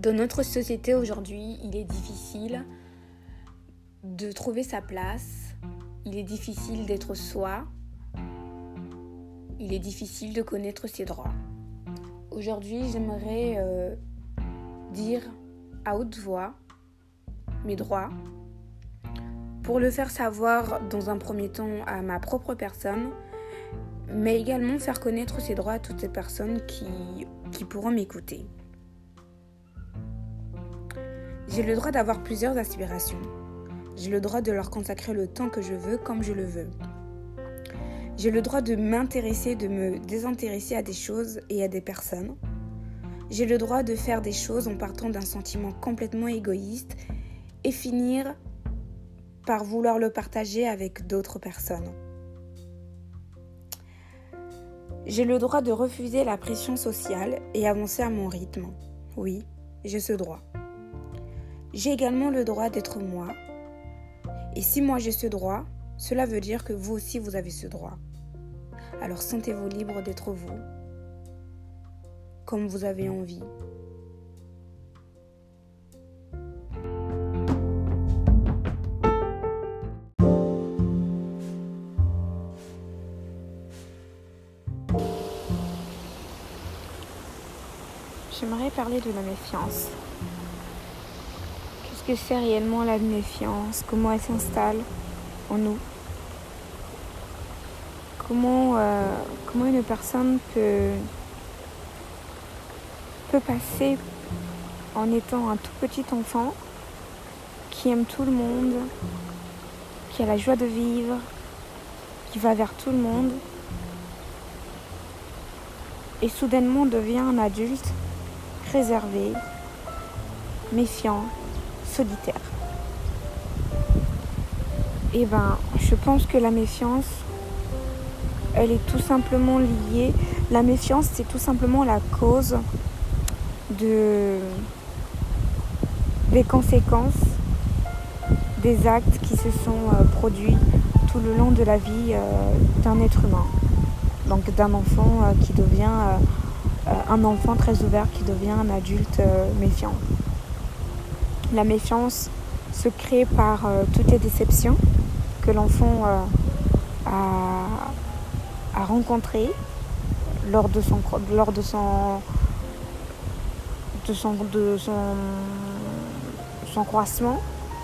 Dans notre société aujourd'hui, il est difficile de trouver sa place, il est difficile d'être soi, il est difficile de connaître ses droits. Aujourd'hui, j'aimerais dire à haute voix mes droits, pour le faire savoir dans un premier temps à ma propre personne, mais également faire connaître ses droits à toutes ces personnes qui pourront m'écouter. J'ai le droit d'avoir plusieurs aspirations. J'ai le droit de leur consacrer le temps que je veux, comme je le veux. J'ai le droit de m'intéresser, de me désintéresser à des choses et à des personnes. J'ai le droit de faire des choses en partant d'un sentiment complètement égoïste et finir par vouloir le partager avec d'autres personnes. J'ai le droit de refuser la pression sociale et avancer à mon rythme. Oui, j'ai ce droit. J'ai également le droit d'être moi. Et si moi j'ai ce droit, cela veut dire que vous aussi vous avez ce droit. Alors sentez-vous libre d'être vous, comme vous avez envie. J'aimerais parler de la méfiance. Qu'est-ce que c'est réellement la méfiance? Comment elle s'installe en nous? Comment une personne peut passer en étant un tout petit enfant qui aime tout le monde, qui a la joie de vivre, qui va vers tout le monde et soudainement devient un adulte réservé, méfiant, solitaire. Et je pense que la méfiance, elle est tout simplement liée. La méfiance, c'est tout simplement la cause des conséquences des actes qui se sont produits tout le long de la vie d'un être humain. Donc d'un enfant qui devient un enfant très ouvert, qui devient un adulte méfiant. La méfiance se crée par toutes les déceptions que l'enfant a rencontrées lors de son croissement.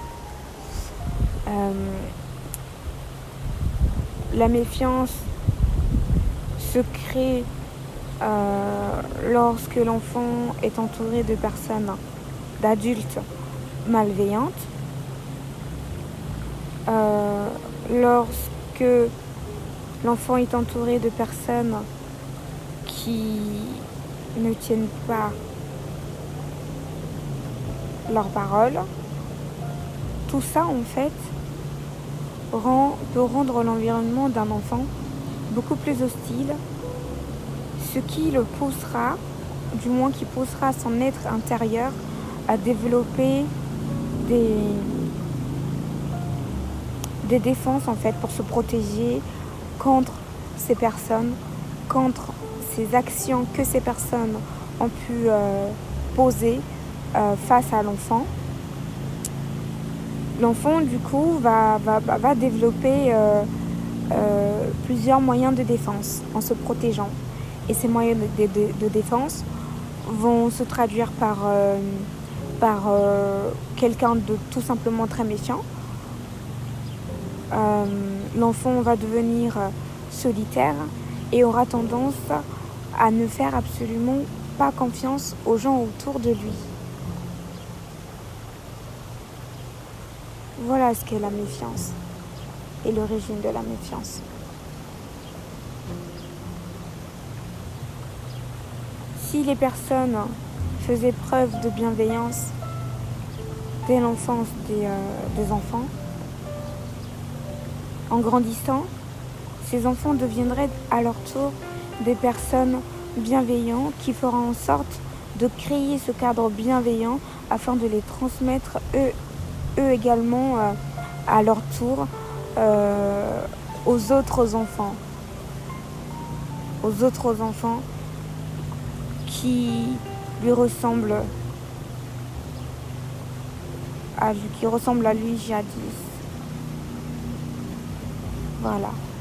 La méfiance se crée lorsque l'enfant est entouré de personnes, d'adultes malveillantes, lorsque l'enfant est entouré de personnes qui ne tiennent pas leurs paroles. Tout ça, en fait, peut rendre l'environnement d'un enfant beaucoup plus hostile, ce qui le poussera, du moins qui poussera son être intérieur à développer des défenses en fait pour se protéger contre ces personnes, contre ces actions que ces personnes ont pu poser face à l'enfant. L'enfant du coup va développer plusieurs moyens de défense en se protégeant. Et ces moyens de défense vont se traduire par quelqu'un de tout simplement très méfiant. L'enfant va devenir solitaire et aura tendance à ne faire absolument pas confiance aux gens autour de lui. Voilà ce qu'est la méfiance et l'origine de la méfiance. Si les personnes faisaient preuve de bienveillance dès l'enfance des enfants, en grandissant, ces enfants deviendraient à leur tour des personnes bienveillantes qui feront en sorte de créer ce cadre bienveillant afin de les transmettre eux également à leur tour aux autres enfants qui lui ressemblent qui ressemble à lui jadis. Voilà.